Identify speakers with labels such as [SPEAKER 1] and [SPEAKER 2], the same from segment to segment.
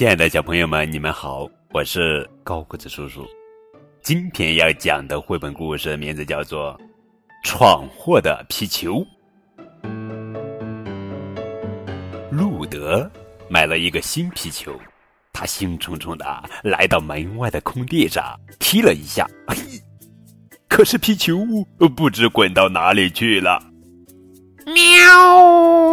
[SPEAKER 1] 亲爱的小朋友们，你们好，我是高个子叔叔。今天要讲的绘本故事名字叫做《闯祸的皮球》。路德买了一个新皮球，他兴冲冲地来到门外的空地上踢了一下，可是皮球不知滚到哪里去了。
[SPEAKER 2] 喵！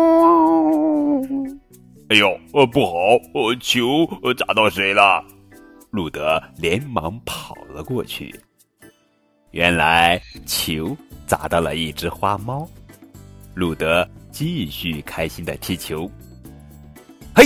[SPEAKER 1] 哎呦，不好，球砸到谁了？路德连忙跑了过去。原来球砸到了一只花猫。路德继续开心地踢球。嘿，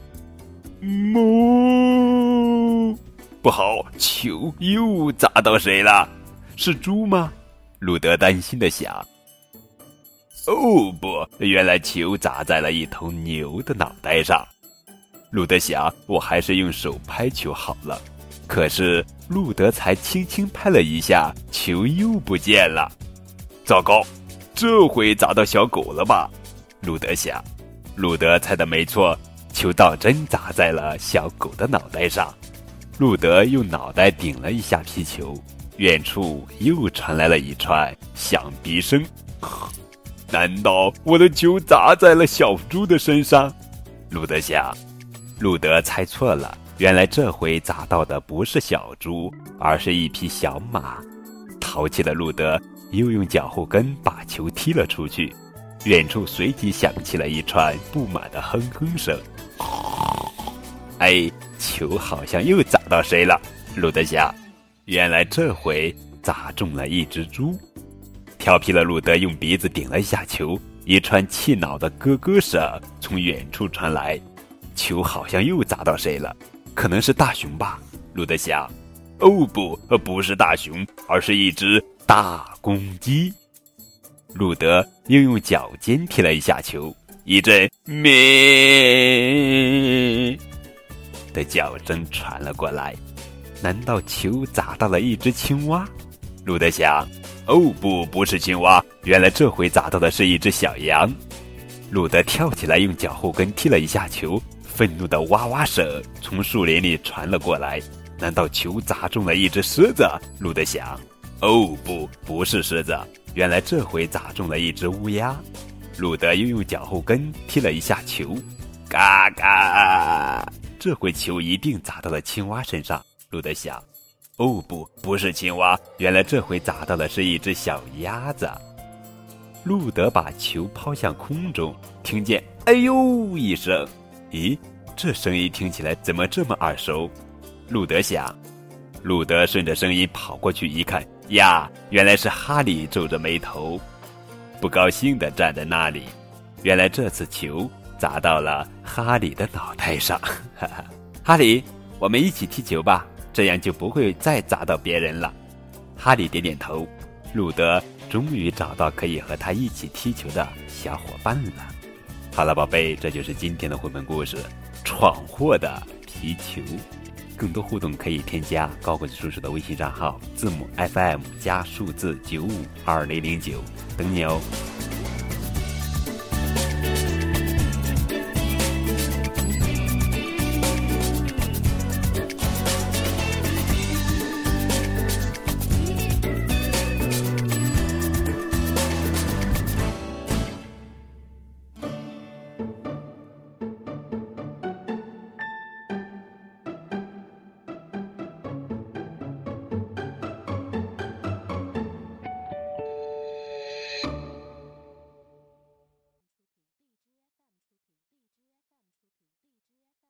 [SPEAKER 1] 哞！不好，球又砸到谁了？是猪吗？路德担心地想。哦不，原来球砸在了一头牛的脑袋上。路德想，我还是用手拍球好了。可是路德才轻轻拍了一下，球又不见了。糟糕，这回砸到小狗了吧？路德想。路德猜的没错，球倒真砸在了小狗的脑袋上。路德用脑袋顶了一下皮球，远处又传来了一串响鼻声。难道我的球砸在了小猪的身上？路德想。路德猜错了，原来这回砸到的不是小猪，而是一匹小马。淘气的路德又用脚后跟把球踢了出去，远处随即响起了一串不满的哼哼声。哎，球好像又砸到谁了？路德想，原来这回砸中了一只猪。调皮的路德用鼻子顶了一下球，一串气恼的咯咯声从远处传来。球好像又砸到谁了？可能是大熊吧？路德想。哦不，不是大熊，而是一只大公鸡。路德又用脚尖踢了一下球，一阵咩的叫声传了过来。难道球砸到了一只青蛙？路德想。哦不，不是青蛙，原来这回砸到的是一只小羊。路德跳起来用脚后跟踢了一下球，愤怒的哇哇声从树林里传了过来。难道球砸中了一只狮子？路德想。哦不，不是狮子，原来这回砸中了一只乌鸦。路德又用脚后跟踢了一下球，嘎嘎，这回球一定砸到了青蛙身上。路德想。哦不，不是青蛙，原来这回砸到的是一只小鸭子。路德把球抛向空中，听见哎呦一声。咦，这声音听起来怎么这么耳熟？路德想。路德顺着声音跑过去一看，呀，原来是哈利皱着眉头，不高兴地站在那里。原来这次球砸到了哈利的脑袋上。哈利，我们一起踢球吧，这样就不会再砸到别人了。哈利点点头。路德终于找到可以和他一起踢球的小伙伴了。好了，宝贝，这就是今天的绘本故事《闯祸的皮球》。更多互动可以添加高个子叔叔的微信账号，字母 FM 加数字9520009，等你哦。